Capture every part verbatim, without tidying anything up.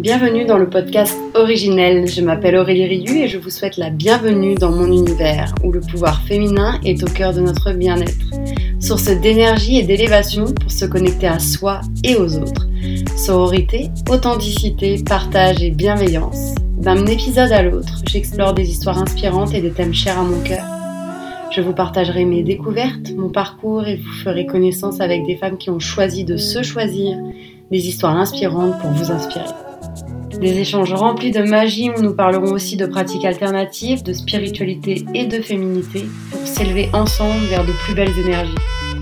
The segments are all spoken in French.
Bienvenue dans le podcast Originel. Je m'appelle Aurélie Riu et je vous souhaite la bienvenue dans mon univers où le pouvoir féminin est au cœur de notre bien-être. Source d'énergie et d'élévation pour se connecter à soi et aux autres. Sororité, authenticité, partage et bienveillance. D'un épisode à l'autre, j'explore des histoires inspirantes et des thèmes chers à mon cœur. Je vous partagerai mes découvertes, mon parcours et vous ferai connaissance avec des femmes qui ont choisi de se choisir, des histoires inspirantes pour vous inspirer. Des échanges remplis de magie où nous parlerons aussi de pratiques alternatives, de spiritualité et de féminité pour s'élever ensemble vers de plus belles énergies.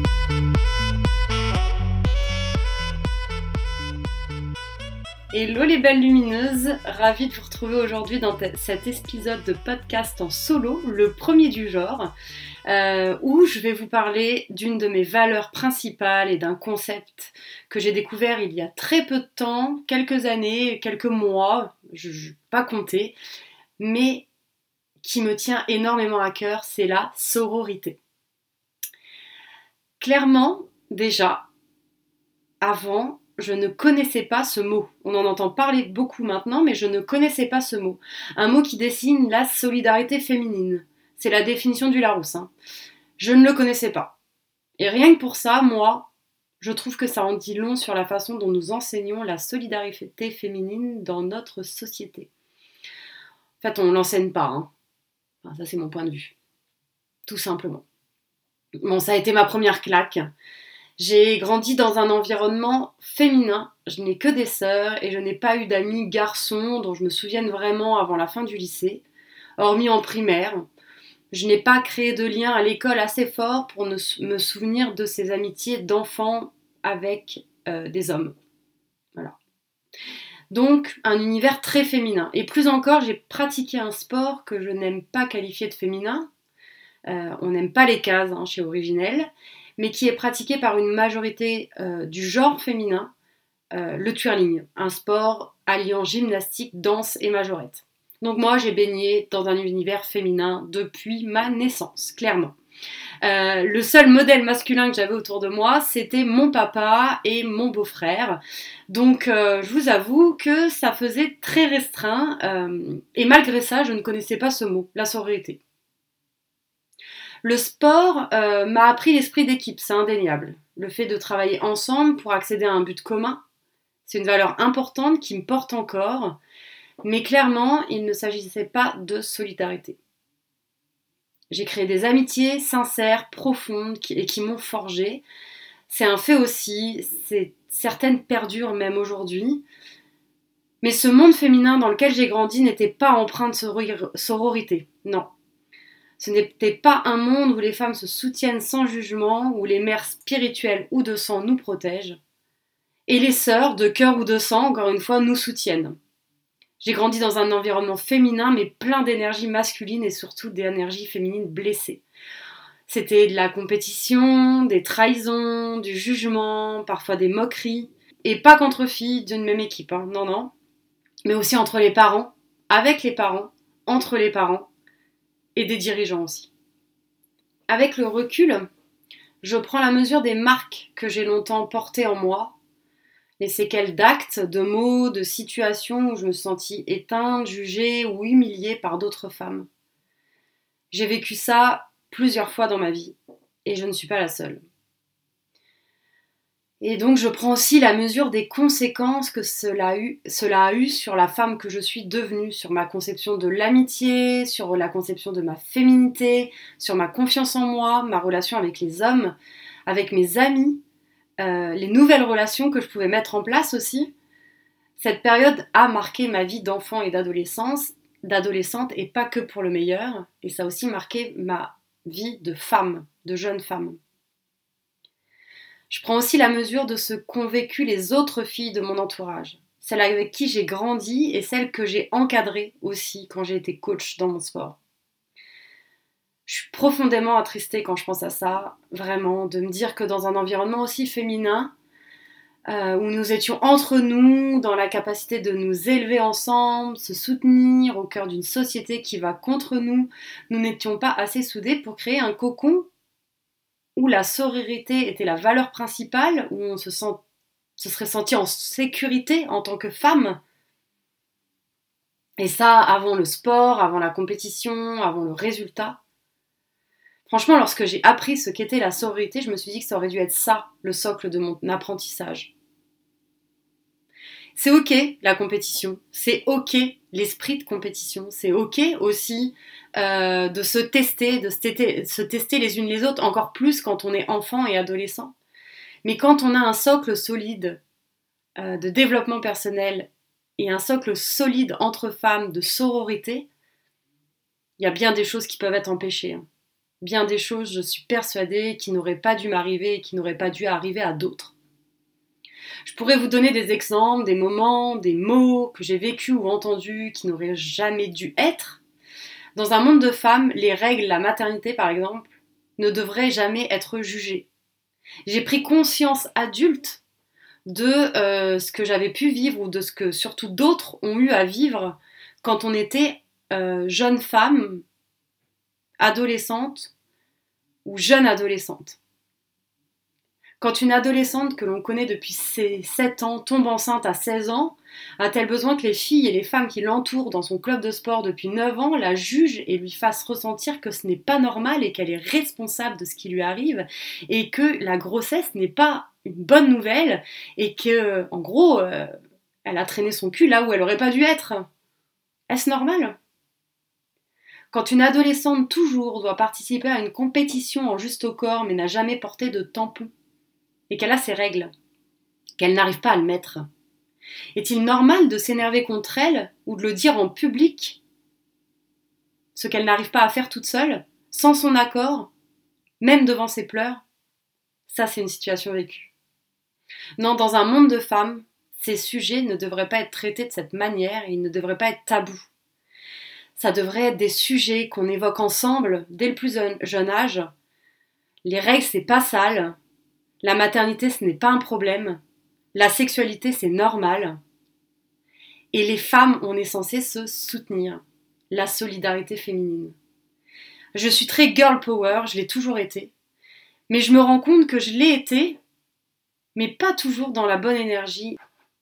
Hello les belles lumineuses, ravie de vous retrouver aujourd'hui dans t- cet épisode de podcast en solo, le premier du genre, euh, où je vais vous parler d'une de mes valeurs principales et d'un concept que j'ai découvert il y a très peu de temps, quelques années, quelques mois, je ne vais pas compter, mais qui me tient énormément à cœur, c'est la sororité. Clairement, déjà, avant, je ne connaissais pas ce mot. On en entend parler beaucoup maintenant, mais je ne connaissais pas ce mot. Un mot qui dessine la solidarité féminine. C'est la définition du Larousse. Hein. Je ne le connaissais pas. Et rien que pour ça, moi, je trouve que ça en dit long sur la façon dont nous enseignons la solidarité féminine dans notre société. En fait, on ne l'enseigne pas. Hein. Enfin, ça, c'est mon point de vue. Tout simplement. Bon, ça a été ma première claque. J'ai grandi dans un environnement féminin, je n'ai que des sœurs et je n'ai pas eu d'amis garçons dont je me souvienne vraiment avant la fin du lycée, hormis en primaire. Je n'ai pas créé de lien à l'école assez fort pour ne, me souvenir de ces amitiés d'enfants avec euh, des hommes. Voilà. Donc, un univers très féminin. Et plus encore, j'ai pratiqué un sport que je n'aime pas qualifier de féminin. Euh, on n'aime pas les cases hein, chez Originel. Mais qui est pratiqué par une majorité euh, du genre féminin, euh, le twirling, un sport alliant gymnastique, danse et majorette. Donc moi, j'ai baigné dans un univers féminin depuis ma naissance, clairement. Euh, le seul modèle masculin que j'avais autour de moi, c'était mon papa et mon beau-frère. Donc euh, je vous avoue que ça faisait très restreint, euh, et malgré ça, je ne connaissais pas ce mot, la sororité. Le sport euh, m'a appris l'esprit d'équipe, c'est indéniable. Le fait de travailler ensemble pour accéder à un but commun, c'est une valeur importante qui me porte encore, mais clairement, il ne s'agissait pas de solidarité. J'ai créé des amitiés sincères, profondes qui, et qui m'ont forgée. C'est un fait aussi, c'est, certaines perdurent même aujourd'hui. Mais ce monde féminin dans lequel j'ai grandi n'était pas empreint de soror- sororité, non. Ce n'était pas un monde où les femmes se soutiennent sans jugement, où les mères spirituelles ou de sang nous protègent, et les sœurs, de cœur ou de sang, encore une fois, nous soutiennent. J'ai grandi dans un environnement féminin, mais plein d'énergie masculine et surtout d'énergie féminine blessée. C'était de la compétition, des trahisons, du jugement, parfois des moqueries, et pas qu'entre filles d'une même équipe, hein, non, non, mais aussi entre les parents, avec les parents, entre les parents, et des dirigeants aussi. Avec le recul, je prends la mesure des marques que j'ai longtemps portées en moi, les séquelles d'actes, de mots, de situations où je me suis sentie éteinte, jugée ou humiliée par d'autres femmes. J'ai vécu ça plusieurs fois dans ma vie, et je ne suis pas la seule. Et donc je prends aussi la mesure des conséquences que cela a eu, cela a eu sur la femme que je suis devenue, sur ma conception de l'amitié, sur la conception de ma féminité, sur ma confiance en moi, ma relation avec les hommes, avec mes amis, euh, les nouvelles relations que je pouvais mettre en place aussi. Cette période a marqué ma vie d'enfant et d'adolescence, d'adolescente, et pas que pour le meilleur, et ça a aussi marqué ma vie de femme, de jeune femme. Je prends aussi la mesure de ce qu'ont vécu les autres filles de mon entourage, celles avec qui j'ai grandi et celles que j'ai encadrées aussi quand j'ai été coach dans mon sport. Je suis profondément attristée quand je pense à ça, vraiment, de me dire que dans un environnement aussi féminin, euh, où nous étions entre nous, dans la capacité de nous élever ensemble, se soutenir au cœur d'une société qui va contre nous, nous n'étions pas assez soudés pour créer un cocon où la sororité était la valeur principale, où on se, sent, se serait senti en sécurité en tant que femme, Et ça, avant le sport, avant la compétition, avant le résultat. Franchement, lorsque j'ai appris ce qu'était la sororité, je me suis dit que ça aurait dû être ça, le socle de mon apprentissage. C'est ok la compétition, c'est ok l'esprit de compétition, c'est ok aussi euh, de se tester, de se tester, de se tester les unes les autres, encore plus quand on est enfant et adolescent. Mais quand on a un socle solide euh, de développement personnel et un socle solide entre femmes de sororité, il y a bien des choses qui peuvent être empêchées. Hein. Bien des choses, je suis persuadée, qui n'auraient pas dû m'arriver et qui n'auraient pas dû arriver à d'autres. Je pourrais vous donner des exemples, des moments, des mots que j'ai vécus ou entendus qui n'auraient jamais dû être. Dans un monde de femmes, les règles, la maternité par exemple, ne devraient jamais être jugées. J'ai pris conscience adulte de euh, ce que j'avais pu vivre ou de ce que surtout d'autres ont eu à vivre quand on était euh, jeune femme, adolescente ou jeune adolescente. Quand une adolescente que l'on connaît depuis ses sept ans tombe enceinte à seize ans, a-t-elle besoin que les filles et les femmes qui l'entourent dans son club de sport depuis neuf ans la jugent et lui fassent ressentir que ce n'est pas normal et qu'elle est responsable de ce qui lui arrive et que la grossesse n'est pas une bonne nouvelle et que, en gros, euh, elle a traîné son cul là où elle aurait pas dû être. Est-ce normal ? Quand une adolescente toujours doit participer à une compétition en juste au corps mais n'a jamais porté de tampon, et qu'elle a ses règles, qu'elle n'arrive pas à le mettre. Est-il normal de s'énerver contre elle ou de le dire en public, ce qu'elle n'arrive pas à faire toute seule, sans son accord, même devant ses pleurs ? Ça, c'est une situation vécue. Non, dans un monde de femmes, ces sujets ne devraient pas être traités de cette manière et ils ne devraient pas être tabous. Ça devrait être des sujets qu'on évoque ensemble dès le plus jeune âge. Les règles, c'est pas sale. La maternité, ce n'est pas un problème. La sexualité, c'est normal. Et les femmes, on est censé se soutenir. La solidarité féminine. Je suis très girl power, je l'ai toujours été. Mais je me rends compte que je l'ai été, mais pas toujours dans la bonne énergie.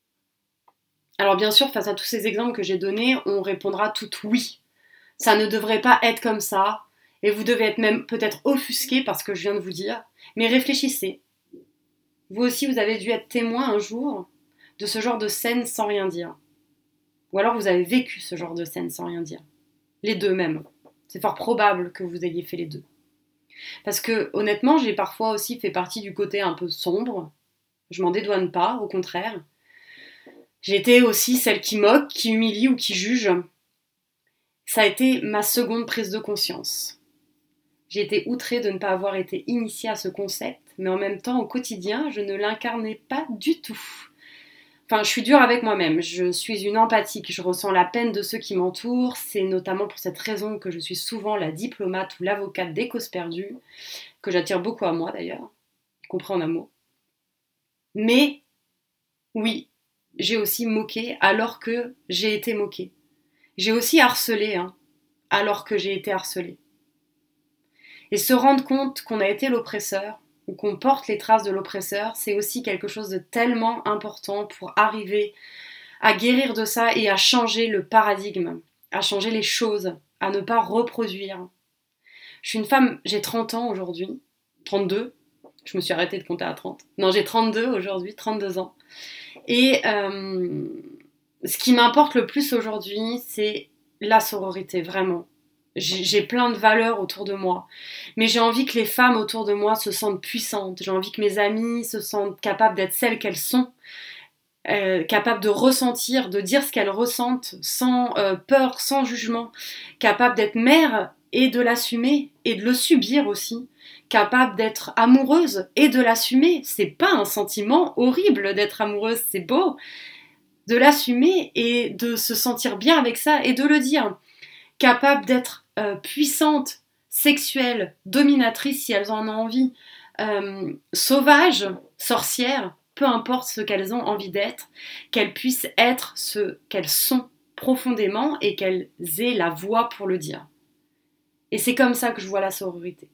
Alors bien sûr, face à tous ces exemples que j'ai donnés, on répondra tout oui. Ça ne devrait pas être comme ça. Et vous devez être même peut-être offusqué par ce que je viens de vous dire. Mais réfléchissez. Vous aussi, vous avez dû être témoin un jour de ce genre de scène sans rien dire. Ou alors vous avez vécu ce genre de scène sans rien dire. Les deux même. C'est fort probable que vous ayez fait les deux. Parce que honnêtement, j'ai parfois aussi fait partie du côté un peu sombre. Je m'en dédouane pas, au contraire. J'ai été aussi celle qui moque, qui humilie ou qui juge. Ça a été ma seconde prise de conscience. J'ai été outrée de ne pas avoir été initiée à ce concept, mais en même temps, au quotidien, je ne l'incarnais pas du tout. Enfin, je suis dure avec moi-même, je suis une empathique, je ressens la peine de ceux qui m'entourent, c'est notamment pour cette raison que je suis souvent la diplomate ou l'avocate des causes perdues, que j'attire beaucoup à moi d'ailleurs, y compris en amour. Mais, oui, j'ai aussi moqué alors que j'ai été moquée. J'ai aussi harcelé, hein, alors que j'ai été harcelée. Et se rendre compte qu'on a été l'oppresseur, ou qu'on porte les traces de l'oppresseur, c'est aussi quelque chose de tellement important pour arriver à guérir de ça et à changer le paradigme, à changer les choses, à ne pas reproduire. Je suis une femme, j'ai trente ans aujourd'hui, trente-deux, je me suis arrêtée de compter à trente. Non, j'ai trente-deux aujourd'hui, trente-deux ans. Et euh, ce qui m'importe le plus aujourd'hui, c'est la sororité, vraiment. J'ai plein de valeurs autour de moi, mais j'ai envie que les femmes autour de moi se sentent puissantes, j'ai envie que mes amies se sentent capables d'être celles qu'elles sont, euh, capables de ressentir, de dire ce qu'elles ressentent sans euh, peur, sans jugement, capables d'être mères et de l'assumer et de le subir aussi, capables d'être amoureuses et de l'assumer. C'est pas un sentiment horrible d'être amoureuse, c'est beau, de l'assumer et de se sentir bien avec ça et de le dire. Capables d'être euh, puissantes, sexuelles, dominatrices si elles en ont envie, euh, sauvages, sorcières, peu importe ce qu'elles ont envie d'être, qu'elles puissent être ce qu'elles sont profondément et qu'elles aient la voix pour le dire. Et c'est comme ça que je vois la sororité.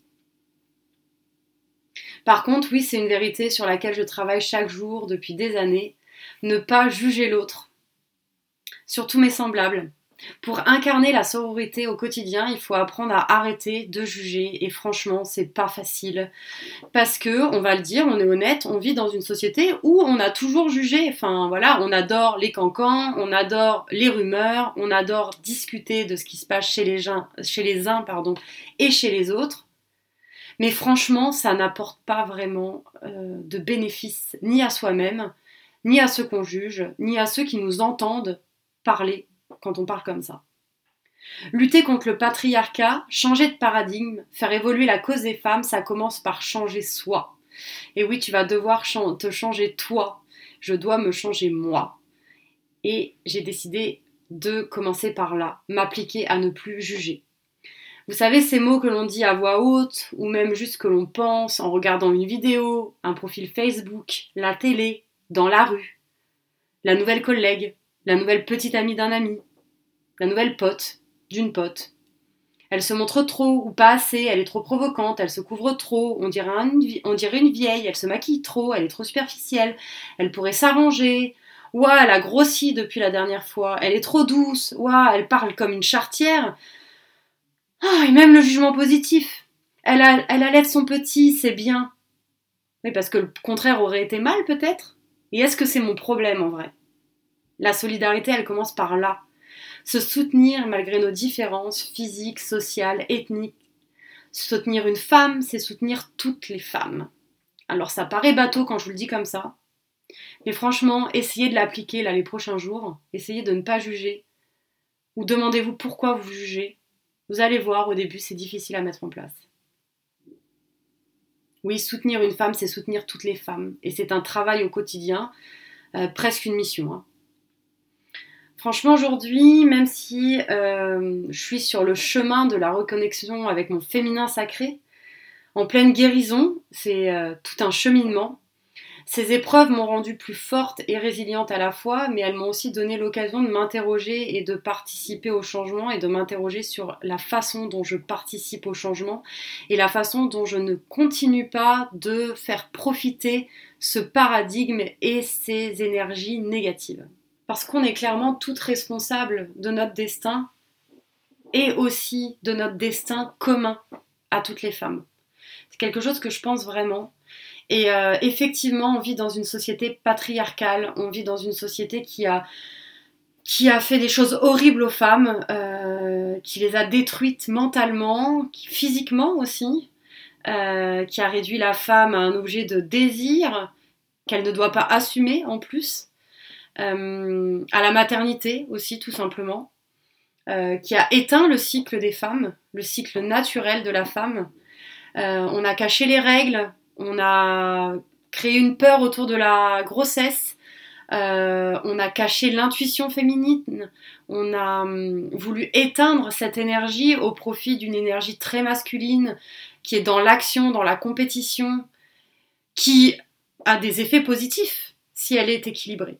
Par contre, oui, c'est une vérité sur laquelle je travaille chaque jour depuis des années, ne pas juger l'autre, surtout mes semblables. Pour incarner la sororité au quotidien, il faut apprendre à arrêter de juger et franchement, c'est pas facile parce que, on va le dire, on est honnête, on vit dans une société où on a toujours jugé, enfin voilà, on adore les cancans, on adore les rumeurs, on adore discuter de ce qui se passe chez les gens, chez les uns pardon, et chez les autres. Mais franchement, ça n'apporte pas vraiment euh, de bénéfice ni à soi-même, ni à ceux qu'on juge, ni à ceux qui nous entendent parler quand on parle comme ça. Lutter contre le patriarcat, changer de paradigme, faire évoluer la cause des femmes, ça commence par changer soi. Et oui, tu vas devoir te changer toi. Je dois me changer moi. Et j'ai décidé de commencer par là, m'appliquer à ne plus juger. Vous savez, ces mots que l'on dit à voix haute, ou même juste que l'on pense en regardant une vidéo, un profil Facebook, la télé, dans la rue, la nouvelle collègue, la nouvelle petite amie d'un ami, la nouvelle pote d'une pote. Elle se montre trop ou pas assez, elle est trop provocante, elle se couvre trop, on dirait, un, on dirait une vieille, elle se maquille trop, elle est trop superficielle, elle pourrait s'arranger. Ouah, elle a grossi depuis la dernière fois, elle est trop douce, ouah, elle parle comme une charretière. Ah, et même le jugement positif. Elle, a, elle allait son petit, c'est bien. Oui, parce que le contraire aurait été mal peut-être. Et est-ce que c'est mon problème en vrai ? La solidarité, elle commence par là. Se soutenir malgré nos différences physiques, sociales, ethniques. Soutenir une femme, c'est soutenir toutes les femmes. Alors ça paraît bateau quand je vous le dis comme ça, mais franchement, essayez de l'appliquer là les prochains jours. Essayez de ne pas juger. Ou demandez-vous pourquoi vous jugez. Vous allez voir, au début, c'est difficile à mettre en place. Oui, soutenir une femme, c'est soutenir toutes les femmes. Et c'est un travail au quotidien, euh, presque une mission, hein. Franchement, aujourd'hui, même si euh, je suis sur le chemin de la reconnexion avec mon féminin sacré, en pleine guérison, c'est euh, tout un cheminement. Ces épreuves m'ont rendue plus forte et résiliente à la fois, mais elles m'ont aussi donné l'occasion de m'interroger et de participer au changement et de m'interroger sur la façon dont je participe au changement et la façon dont je ne continue pas de faire profiter ce paradigme et ces énergies négatives. Parce qu'on est clairement toutes responsables de notre destin et aussi de notre destin commun à toutes les femmes. C'est quelque chose que je pense vraiment. Et euh, effectivement, on vit dans une société patriarcale, on vit dans une société qui a, qui a fait des choses horribles aux femmes, euh, qui les a détruites mentalement, physiquement aussi, euh, qui a réduit la femme à un objet de désir qu'elle ne doit pas assumer en plus. Euh, à la maternité aussi tout simplement, euh, qui a éteint le cycle des femmes, le cycle naturel de la femme. Euh, on a caché les règles, on a créé une peur autour de la grossesse, euh, on a caché l'intuition féminine, on a hum, voulu éteindre cette énergie au profit d'une énergie très masculine qui est dans l'action, dans la compétition, qui a des effets positifs si elle est équilibrée.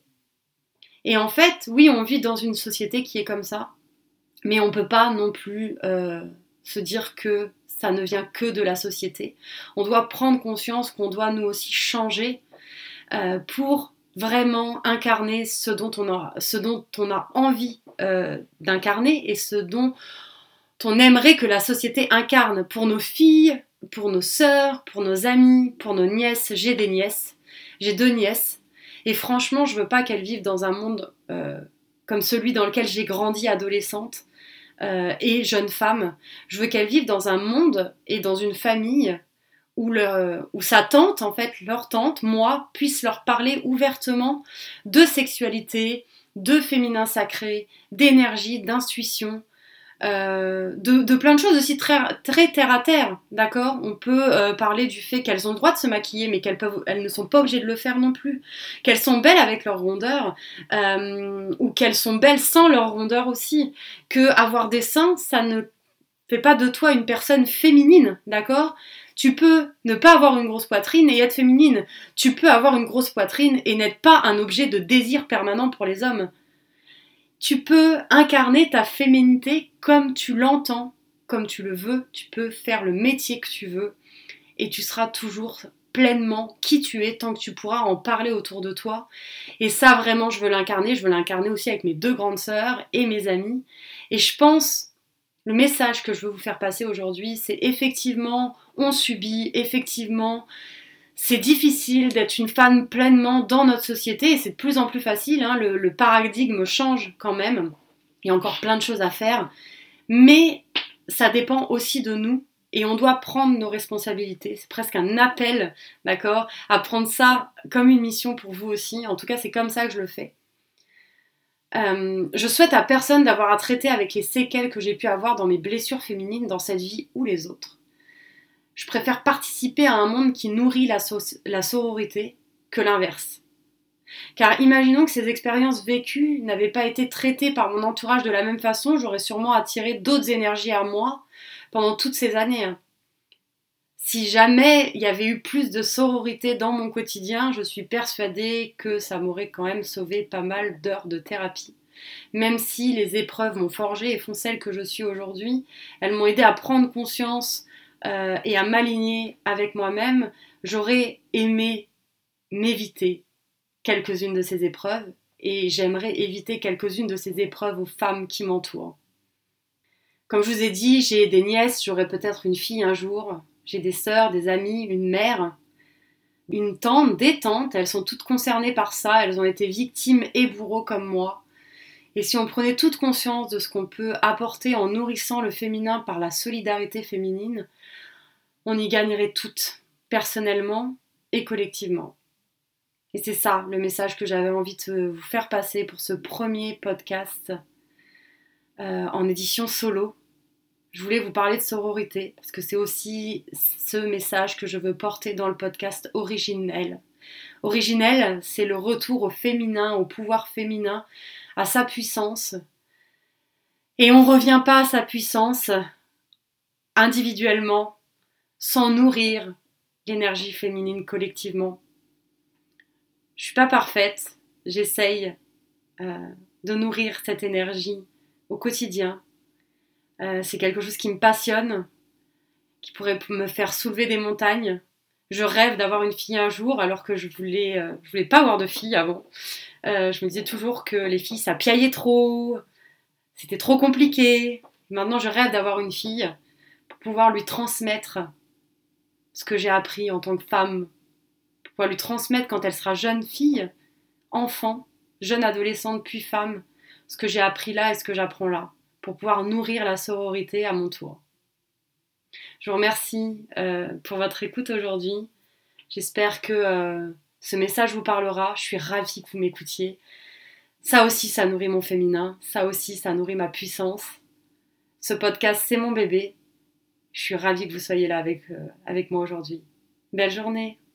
Et en fait, oui, on vit dans une société qui est comme ça, mais on ne peut pas non plus euh, se dire que ça ne vient que de la société. On doit prendre conscience qu'on doit nous aussi changer euh, pour vraiment incarner ce dont on a, ce dont on a envie euh, d'incarner et ce dont on aimerait que la société incarne pour nos filles, pour nos sœurs, pour nos amis, pour nos nièces. J'ai des nièces, j'ai deux nièces. Et franchement, je veux pas qu'elles vivent dans un monde euh, comme celui dans lequel j'ai grandi adolescente euh, et jeune femme. Je veux qu'elles vivent dans un monde et dans une famille où, le, où sa tante, en fait, leur tante, moi, puisse leur parler ouvertement de sexualité, de féminin sacré, d'énergie, d'intuition, Euh, de, de plein de choses aussi très, très terre à terre, d'accord. On peut euh, parler du fait qu'elles ont le droit de se maquiller, mais qu'elles peuvent, elles ne sont pas obligées de le faire non plus. Qu'elles sont belles avec leur rondeur, euh, ou qu'elles sont belles sans leur rondeur aussi. Que avoir des seins, ça ne fait pas de toi une personne féminine, d'accord. Tu peux ne pas avoir une grosse poitrine et être féminine. Tu peux avoir une grosse poitrine et n'être pas un objet de désir permanent pour les hommes. Tu peux incarner ta féminité comme tu l'entends, comme tu le veux. Tu peux faire le métier que tu veux et tu seras toujours pleinement qui tu es tant que tu pourras en parler autour de toi. Et ça, vraiment, je veux l'incarner. Je veux l'incarner aussi avec mes deux grandes sœurs et mes amis. Et je pense, le message que je veux vous faire passer aujourd'hui, c'est effectivement, on subit, effectivement, c'est difficile d'être une femme pleinement dans notre société et c'est de plus en plus facile, hein, le, le paradigme change quand même, il y a encore plein de choses à faire, mais ça dépend aussi de nous et on doit prendre nos responsabilités, c'est presque un appel, d'accord, à prendre ça comme une mission pour vous aussi, en tout cas c'est comme ça que je le fais. Euh, je souhaite à personne d'avoir à traiter avec les séquelles que j'ai pu avoir dans mes blessures féminines dans cette vie ou les autres. Je préfère participer à un monde qui nourrit la, so- la sororité que l'inverse. Car imaginons que ces expériences vécues n'avaient pas été traitées par mon entourage de la même façon, j'aurais sûrement attiré d'autres énergies à moi pendant toutes ces années. Si jamais il y avait eu plus de sororité dans mon quotidien, je suis persuadée que ça m'aurait quand même sauvé pas mal d'heures de thérapie. Même si les épreuves m'ont forgée et font celle que je suis aujourd'hui, elles m'ont aidé à prendre conscience euh, et à m'aligner avec moi-même. J'aurais aimé m'éviter quelques-unes de ces épreuves et j'aimerais éviter quelques-unes de ces épreuves aux femmes qui m'entourent. Comme je vous ai dit, j'ai des nièces, j'aurai peut-être une fille un jour, j'ai des sœurs, des amies, une mère, une tante, des tantes, elles sont toutes concernées par ça, elles ont été victimes et bourreaux comme moi. Et si on prenait toute conscience de ce qu'on peut apporter en nourrissant le féminin par la solidarité féminine, on y gagnerait toutes, personnellement et collectivement. Et c'est ça le message que j'avais envie de vous faire passer pour ce premier podcast euh, en édition solo. Je voulais vous parler de sororité, parce que c'est aussi ce message que je veux porter dans le podcast Originelle. Originelle, c'est le retour au féminin, au pouvoir féminin, à sa puissance. Et on ne revient pas à sa puissance individuellement, sans nourrir l'énergie féminine collectivement. Je ne suis pas parfaite, j'essaye euh, de nourrir cette énergie au quotidien. Euh, c'est quelque chose qui me passionne, qui pourrait me faire soulever des montagnes. Je rêve d'avoir une fille un jour, alors que je voulais, euh, je voulais pas avoir de fille avant. Euh, je me disais toujours que les filles, ça piaillait trop, c'était trop compliqué. Maintenant, je rêve d'avoir une fille pour pouvoir lui transmettre ce que j'ai appris en tant que femme, pour pouvoir lui transmettre quand elle sera jeune fille, enfant, jeune adolescente puis femme, ce que j'ai appris là et ce que j'apprends là, pour pouvoir nourrir la sororité à mon tour. Je vous remercie euh, pour votre écoute aujourd'hui. J'espère que euh, ce message vous parlera. Je suis ravie que vous m'écoutiez. Ça aussi, ça nourrit mon féminin. Ça aussi, ça nourrit ma puissance. Ce podcast, c'est mon bébé. Je suis ravie que vous soyez là avec, euh, avec moi aujourd'hui. Belle journée!